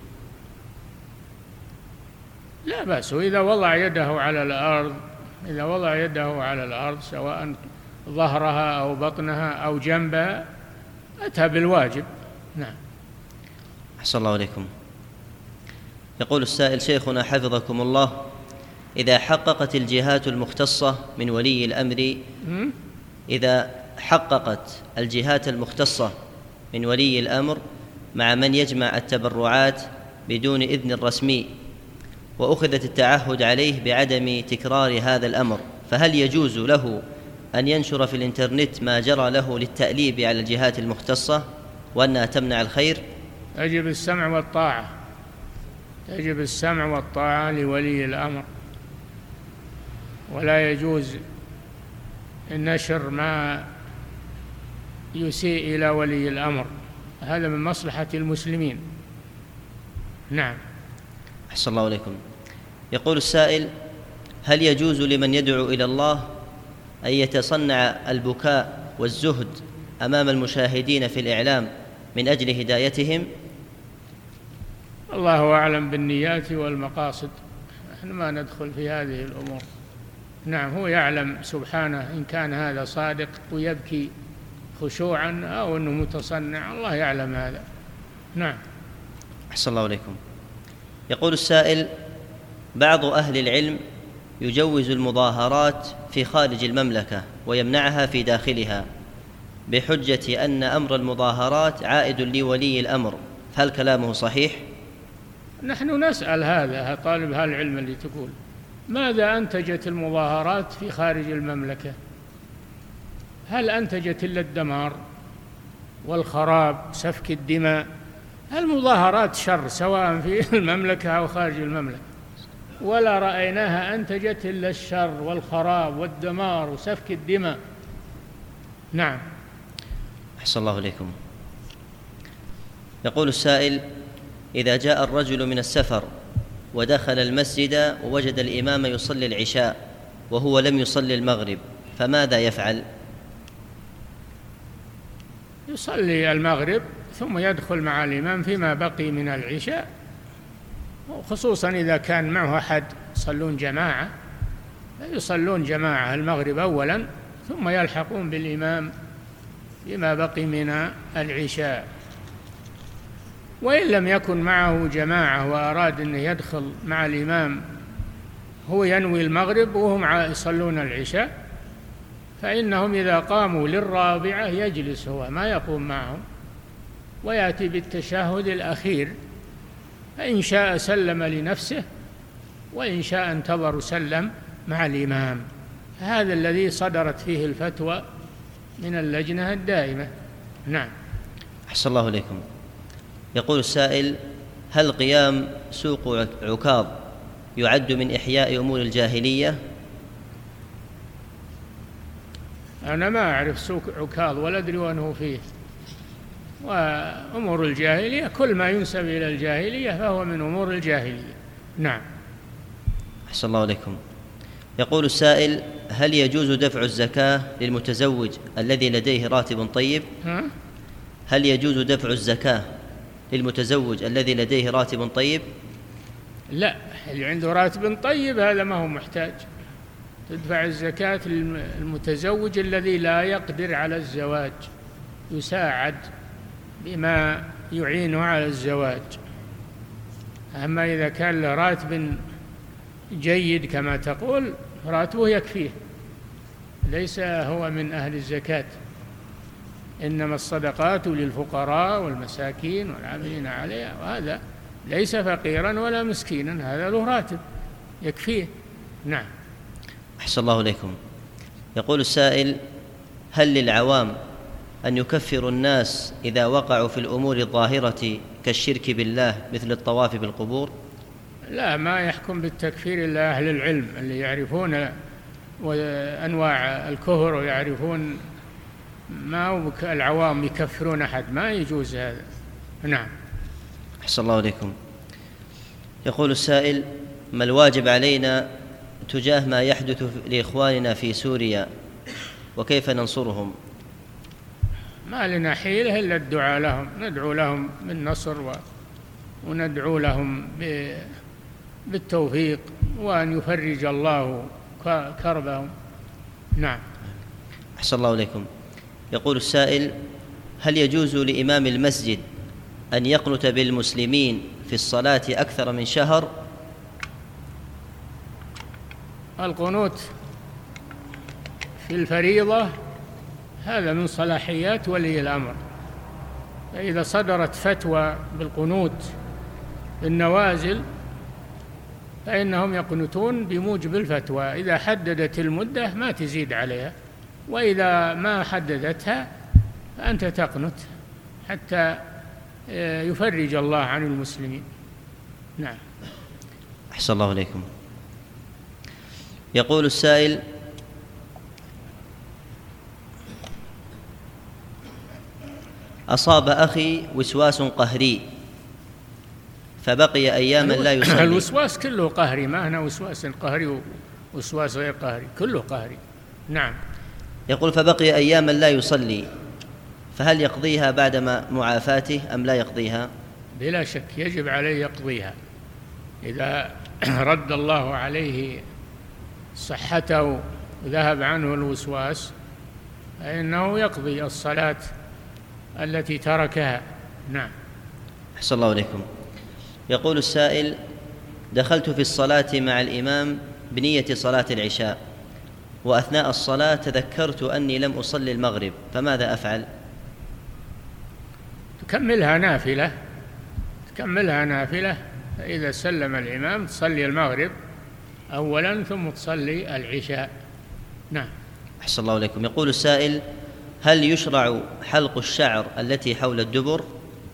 لا بأس، إذا وضع يده على الأرض، إذا وضع يده على الأرض سواء ظهرها أو بطنها أو جنبها أتى بالواجب. نعم. أحسن الله عليكم. يقول السائل: شيخنا حفظكم الله، إذا حققت الجهات المختصة من ولي الأمر إذا حققت الجهات المختصة من ولي الأمر مع من يجمع التبرعات بدون إذن رسمي، وأخذت التعهد عليه بعدم تكرار هذا الأمر، فهل يجوز له أن ينشر في الإنترنت ما جرى له للتأليب على الجهات المختصة وأنها تمنع الخير؟ يجب السمع والطاعة، يجب السمع والطاعة لولي الأمر، ولا يجوز النشر ما يسيء إلى ولي الأمر، هذا من مصلحة المسلمين. نعم. أحسن الله إليكم. يقول السائل: هل يجوز لمن يدعو إلى الله أن يتصنع البكاء والزهد أمام المشاهدين في الإعلام من أجل هدايتهم؟ الله أعلم بالنيات والمقاصد، نحن ما ندخل في هذه الأمور. نعم، هو يعلم سبحانه إن كان هذا صادق ويبكي خشوعا أو أنه متصنع، الله يعلم هذا. نعم. أحسن الله إليكم. يقول السائل: بعض أهل العلم يجوز المظاهرات في خارج المملكة ويمنعها في داخلها بحجة أن أمر المظاهرات عائد لولي الأمر، هل كلامه صحيح؟ نحن نسأل هذا طالب هالعلم اللي تقول ماذا أنتجت المظاهرات في خارج المملكة؟ هل أنتجت إلا الدمار والخراب سفك الدماء؟ المظاهرات شر سواء في المملكة أو خارج المملكة، ولا رأيناها أنتجت إلا الشر والخراب والدمار وسفك الدماء. نعم. أحسن الله إليكم. يقول السائل: إذا جاء الرجل من السفر ودخل المسجد ووجد الإمام يصلي العشاء وهو لم يصلي المغرب، فماذا يفعل؟ يصلي المغرب ثم يدخل مع الإمام فيما بقي من العشاء، خصوصا إذا كان معه أحد يصلون جماعة، يصلون جماعة المغرب أولا ثم يلحقون بالإمام فيما بقي من العشاء. وإن لم يكن معه جماعة وأراد أن يدخل مع الإمام هو ينوي المغرب وهم يصلون العشاء، فإنهم إذا قاموا للرابعة يجلس هو ما يقوم معهم ويأتي بالتشهد الأخير، فإن شاء سلم لنفسه وإن شاء انتظر سلم مع الإمام. هذا الذي صدرت فيه الفتوى من اللجنة الدائمة. نعم. أحسن الله إليكم. يقول السائل: هل قيام سوق عكاظ يعد من إحياء أمور الجاهلية؟ أنا ما أعرف سوق عكاظ ولا أدري وأنه فيه، وأمور الجاهلية كل ما ينسب إلى الجاهلية فهو من أمور الجاهلية. نعم. أحسن الله إليكم. يقول السائل: هل يجوز دفع الزكاة للمتزوج الذي لديه راتب طيب؟ هل يجوز دفع الزكاة للمتزوج الذي لديه راتب طيب؟ لا، اللي عنده راتب طيب هذا ما هو محتاج. تدفع الزكاة للمتزوج الذي لا يقدر على الزواج، يساعد بما يعينه على الزواج. أما إذا كان له راتب جيد كما تقول راتبه يكفيه، ليس هو من أهل الزكاة. إنما الصدقات للفقراء والمساكين والعاملين عليها، وهذا ليس فقيرا ولا مسكينا، هذا له راتب يكفيه. نعم. أحسن الله إليكم. يقول السائل: هل للعوام أن يكفروا الناس إذا وقعوا في الأمور الظاهرة كالشرك بالله مثل الطواف بالقبور؟ لا، ما يحكم بالتكفير إلا أهل العلم اللي يعرفون أنواع الكفر ويعرفون، ما هو العوام يكفرون أحد، ما يجوز هذا. نعم. أحسن الله إليكم. يقول السائل: ما الواجب علينا تجاه ما يحدث لإخواننا في سوريا وكيف ننصرهم؟ ما لنا حيلة إلا الدعاء لهم، ندعو لهم بالنصر وندعو لهم بالتوفيق وأن يفرج الله كربهم. نعم. أحسن الله إليكم. يقول السائل: هل يجوز لإمام المسجد أن يقنت بالمسلمين في الصلاة أكثر من شهر؟ القنوت في الفريضة هذا من صلاحيات ولي الأمر، فإذا صدرت فتوى بالقنوت بالنوازل فإنهم يقنتون بموجب الفتوى. إذا حددت المدة ما تزيد عليها، وإذا ما حددتها فأنت تقنت حتى يفرج الله عن المسلمين. نعم. أحسن الله إليكم. يقول السائل: أصاب أخي وسواس قهري فبقي أياما لا يصلي. الوسواس كله قهري، ما هنا وسواس قهري ووسواس غير قهري، كله قهري. نعم. يقول: فبقي أياما لا يصلي، فهل يقضيها بعد معافاته أم لا يقضيها؟ بلا شك يجب عليه يقضيها. إذا رد الله عليه صحته وذهب عنه الوسواس فإنه يقضي الصلاة التي تركها. نعم. أحسن الله إليكم. يقول السائل: دخلت في الصلاة مع الإمام بنية صلاة العشاء، وأثناء الصلاة تذكرت أني لم أصلي المغرب، فماذا أفعل؟ تكملها نافلة. فإذا سلم الإمام تصلي المغرب أولا ثم تصلي العشاء. نعم. أحسن الله إليكم. يقول السائل: هل يشرع حلق الشعر التي حول الدبر؟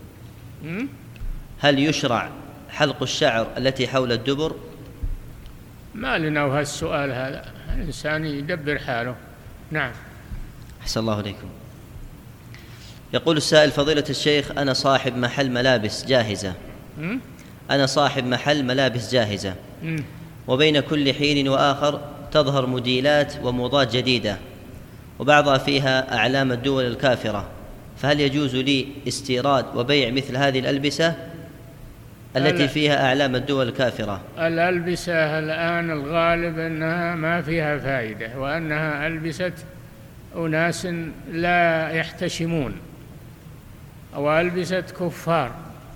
هل يشرع حلق الشعر التي حول الدبر؟ ما لنا وهالسؤال هذا، الإنسان يدبر حاله. نعم. أحسن الله إليكم. يقول السائل: فضيلة الشيخ، أنا صاحب محل ملابس جاهزة وبين كل حين وآخر تظهر موديلات وموضات جديدة، وبعضها فيها أعلام الدول الكافرة، فهل يجوز لي استيراد وبيع مثل هذه الألبسة التي فيها أعلام الدول الكافرة؟ الألبسة الآن الغالب أنها ما فيها فائدة، وأنها ألبسة أناس لا يحتشمون أو ألبسة كفار.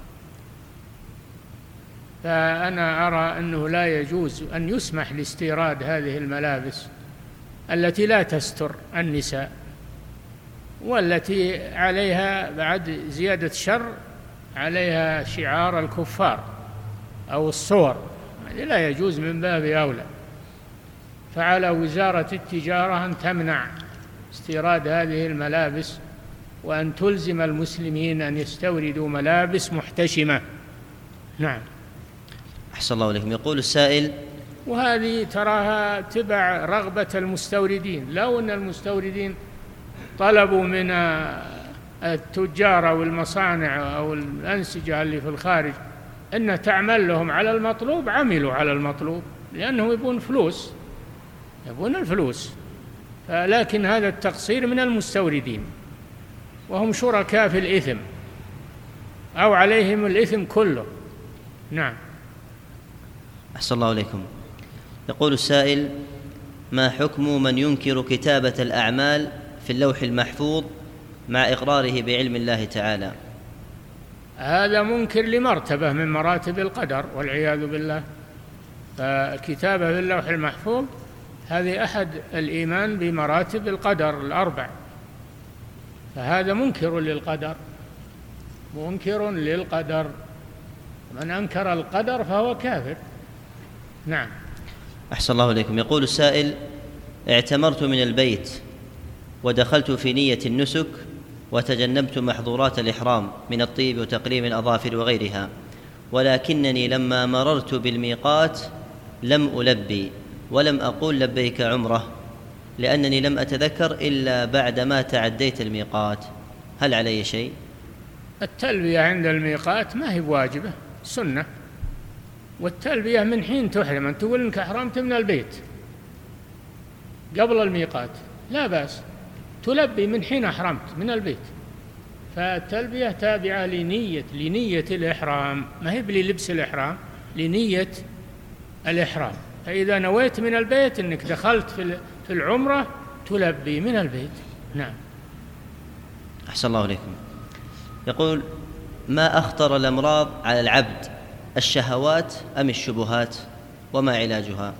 فأنا أرى أنه لا يجوز أن يسمح لاستيراد هذه الملابس التي لا تستر النساء، والتي عليها بعد زيادة شر عليها شعار الكفار أو الصور، لا يجوز من باب أولى. فعلى وزارة التجارة أن تمنع استيراد هذه الملابس، وأن تلزم المسلمين أن يستوردوا ملابس محتشمة. نعم. أحسن الله إليكم. يقول السائل: وهذه تراها تبع رغبة المستوردين. لو أن المستوردين طلبوا من التجار أو المصانع أو الأنسجة اللي في الخارج أن تعمل لهم على المطلوب، عملوا على المطلوب، لأنهم يبون الفلوس. لكن هذا التقصير من المستوردين، وهم شركاء في الإثم أو عليهم الإثم كله. نعم. أحسن الله إليكم. يقول السائل: ما حكم من ينكر كتابة الأعمال في اللوح المحفوظ مع إقراره بعلم الله تعالى؟ هذا منكر لمرتبة من مراتب القدر والعياذ بالله. فكتابة في اللوح المحفوظ هذه أحد الإيمان بمراتب القدر الأربع، فهذا منكر للقدر. من أنكر القدر فهو كافر. نعم. أحسن الله إليكم. يقول السائل: اعتمرت من البيت ودخلت في نية النسك وتجنبت محظورات الإحرام من الطيب وتقليم الأظافر وغيرها، ولكنني لما مررت بالميقات لم ألبي ولم أقول لبيك عمرة، لأنني لم أتذكر إلا بعدما تعديت الميقات، هل علي شيء؟ التلبية عند الميقات ما هي واجبة، سنة. والتلبية من حين تحرم، أن تقول إنك أحرمت من البيت قبل الميقات لا بأس، تلبي من حين أحرمت من البيت. فالتلبية تابعة لنية الإحرام، ما هي بلبس الإحرام، لنية الإحرام. فإذا نويت من البيت أنك دخلت في العمرة تلبي من البيت. نعم. أحسن الله إليكم. يقول: ما أخطر الأمراض على العبد، الشهوات أم الشبهات، وما علاجها؟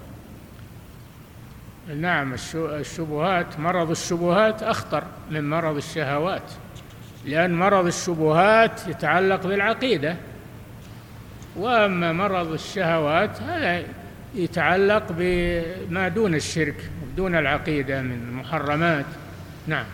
نعم، الشبهات، مرض الشبهات أخطر من مرض الشهوات، لأن مرض الشبهات يتعلق بالعقيدة، وأما مرض الشهوات هذا يتعلق بما دون الشرك دون العقيدة من المحرمات. نعم.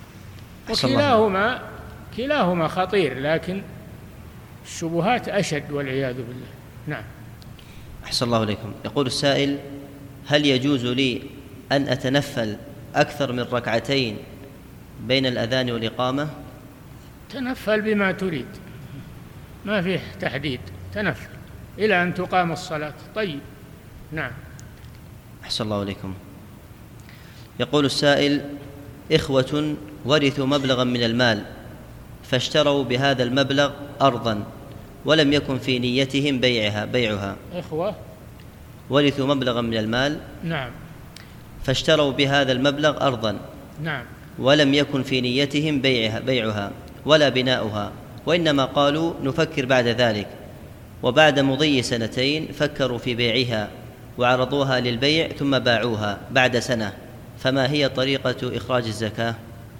وكلاهما خطير، لكن الشبهات أشد والعياذ بالله. نعم. أحسن الله إليكم. يقول السائل: هل يجوز لي أن أتنفل أكثر من ركعتين بين الأذان والإقامة؟ تنفل بما تريد، ما فيه تحديد، تنفل إلى أن تقام الصلاة. طيب، نعم. أحسن الله إليكم. يقول السائل: إخوة ورثوا مبلغا من المال فاشتروا بهذا المبلغ أرضا ولم يكن في نيتهم بيعها. إخوة ورثوا مبلغا من المال، نعم، فاشتروا بهذا المبلغ أرضا، نعم، ولم يكن في نيتهم بيعها ولا بناؤها، وإنما قالوا نفكر بعد ذلك، وبعد مضي 2 فكروا في بيعها وعرضوها للبيع ثم باعوها بعد 1، فما هي طريقة إخراج الزكاة؟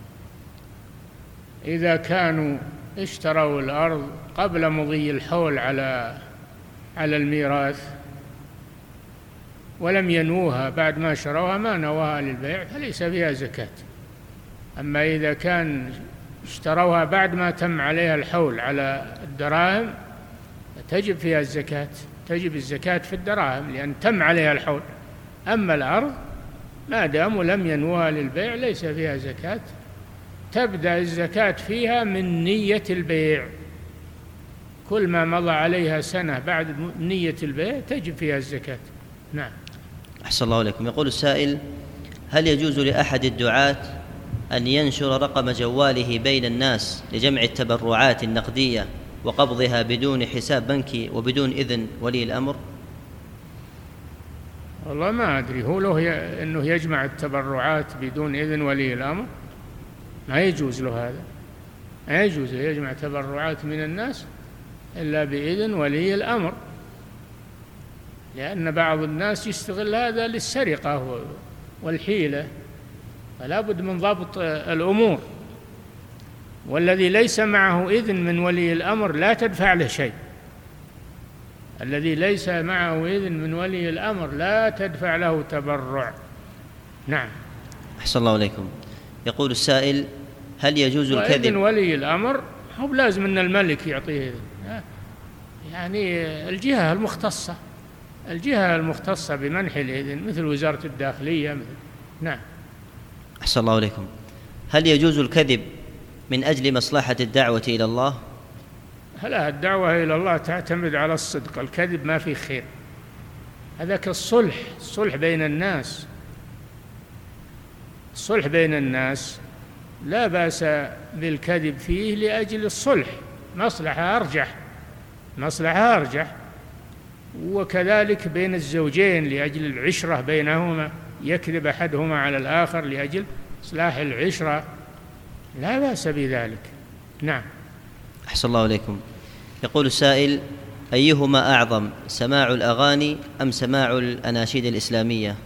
إذا كانوا اشتروا الأرض قبل مضي الحول على الميراث ولم ينوها بعد ما شروها، ما نواها للبيع، فليس فيها زكاة. أما إذا كان اشتروها بعد ما تم عليها الحول على الدراهم تجب فيها الزكاة، تجب الزكاة في الدراهم لأن تم عليها الحول. أما الأرض ما داموا لم ينوها للبيع ليس فيها زكاة، تبدأ الزكاة فيها من نية البيع، كل ما مضى عليها 1 بعد نية البيع تجب فيها الزكاة. نعم. أحسن الله إليكم. يقول السائل: هل يجوز لأحد الدعاة أن ينشر رقم جواله بين الناس لجمع التبرعات النقدية وقبضها بدون حساب بنكي وبدون إذن ولي الأمر؟ والله ما أدري، هو له أنه يجمع التبرعات بدون إذن ولي الأمر؟ ما يجوز له هذا، ما يجوز يجمع تبرعات من الناس إلا بإذن ولي الأمر، لأن بعض الناس يستغل هذا للسرقة والحيلة، فلا بد من ضبط الأمور. والذي ليس معه إذن من ولي الأمر لا تدفع له شيء، الذي ليس معه إذن من ولي الأمر لا تدفع له تبرع. نعم. أحسن الله إليكم. يقول السائل: هل يجوز الكذب؟ وإذن ولي الأمر هو لازم أن الملك يعطيه إذن، يعني الجهة المختصة بمنح الإذن مثل وزارة الداخلية مثل. نعم. أحسن الله إليكم. هل يجوز الكذب من أجل مصلحة الدعوة إلى الله؟ لا، الدعوة إلى الله تعتمد على الصدق، الكذب ما فيه خير. هذا كالصلح، الصلح بين الناس، الصلح بين الناس لا بأس بالكذب فيه لأجل الصلح، مصلحة أرجح. وكذلك بين الزوجين لأجل العشرة بينهما، يكذب أحدهما على الآخر لأجل إصلاح العشرة، لا بأس بذلك. نعم. أحسن الله إليكم. يقول السائل: أيهما أعظم، سماع الأغاني أم سماع الأناشيد الإسلامية؟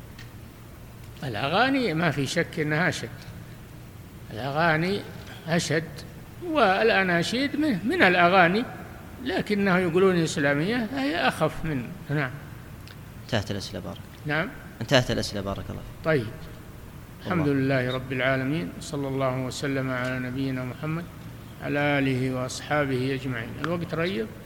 الأغاني ما في شك أنها أشد، الأغاني أشد، والأناشيد من الأغاني لكنه يقولون الإسلامية هي أخف من. نعم. انتهت الأسئلة بارك. نعم، انتهت الأسئلة بارك الله. طيب، الحمد لله رب العالمين، صلى الله وسلم على نبينا محمد على آله وأصحابه أجمعين. الوقت ريب.